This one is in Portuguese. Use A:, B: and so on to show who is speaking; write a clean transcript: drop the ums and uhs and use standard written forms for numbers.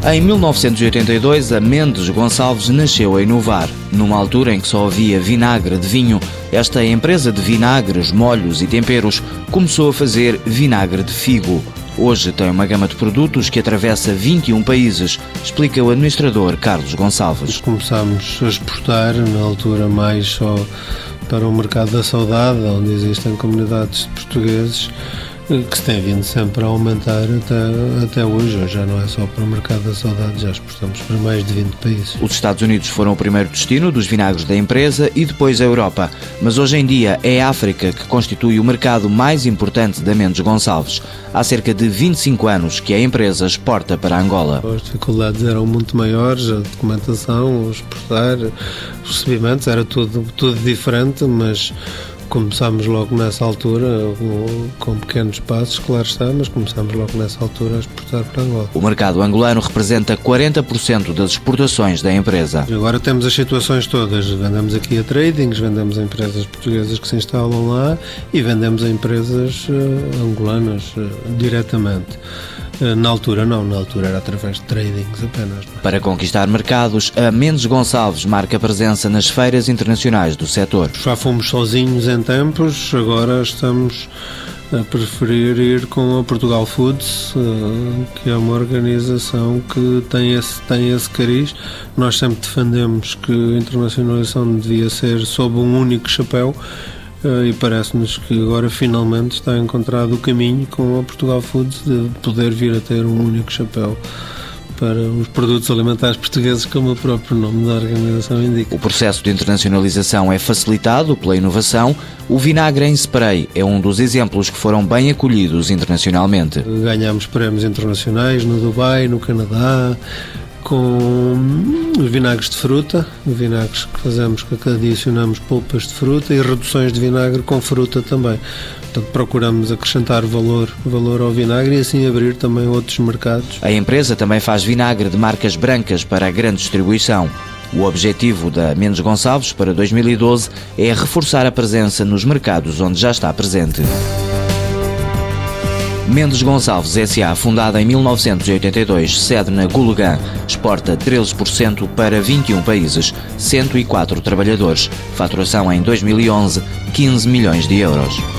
A: Em 1982, a Mendes Gonçalves nasceu a inovar. Numa altura em que só havia vinagre de vinho, esta empresa de vinagres, molhos e temperos começou a fazer vinagre de figo. Hoje tem uma gama de produtos que atravessa 21 países, explica o administrador Carlos Gonçalves.
B: Começámos a exportar, na altura mais só para o mercado da saudade, onde existem comunidades de portugueses, que se tem vindo sempre a aumentar até hoje. Hoje já não é só para o mercado da saudade, já exportamos para mais de 20 países.
A: Os Estados Unidos foram o primeiro destino dos vinagres da empresa e depois a Europa, mas hoje em dia é a África que constitui o mercado mais importante da Mendes Gonçalves. Há cerca de 25 anos que a empresa exporta para Angola.
B: As dificuldades eram muito maiores, a documentação, o exportar, os recebimentos, era tudo diferente, mas começámos logo nessa altura, com pequenos passos, claro está, mas começámos logo nessa altura a exportar para Angola.
A: O mercado angolano representa 40% das exportações da empresa.
B: Agora temos as situações todas, vendemos aqui a tradings, vendemos a empresas portuguesas que se instalam lá e vendemos a empresas angolanas diretamente. Na altura não, na altura era através de tradings apenas.
A: Para conquistar mercados, a Mendes Gonçalves marca presença nas feiras internacionais do setor.
B: Já fomos sozinhos em tempos, agora estamos a preferir ir com a Portugal Foods, que é uma organização que tem esse cariz. Nós sempre defendemos que a internacionalização devia ser sob um único chapéu, e parece-nos que agora finalmente está encontrado o caminho com a Portugal Foods de poder vir a ter um único chapéu para os produtos alimentares portugueses, como o próprio nome da organização indica.
A: O processo de internacionalização é facilitado pela inovação. O vinagre em spray é um dos exemplos que foram bem acolhidos internacionalmente.
B: Ganhamos prémios internacionais no Dubai, no Canadá, com os vinagres de fruta, vinagres que fazemos, que adicionamos polpas de fruta e reduções de vinagre com fruta também. Portanto, procuramos acrescentar valor ao vinagre e assim abrir também outros mercados.
A: A empresa também faz vinagre de marcas brancas para a grande distribuição. O objetivo da Mendes Gonçalves para 2012 é reforçar a presença nos mercados onde já está presente. Mendes Gonçalves S.A., fundada em 1982, sede na Gulugã, exporta 13% para 21 países, 104 trabalhadores, faturação em 2011, 15 milhões de euros.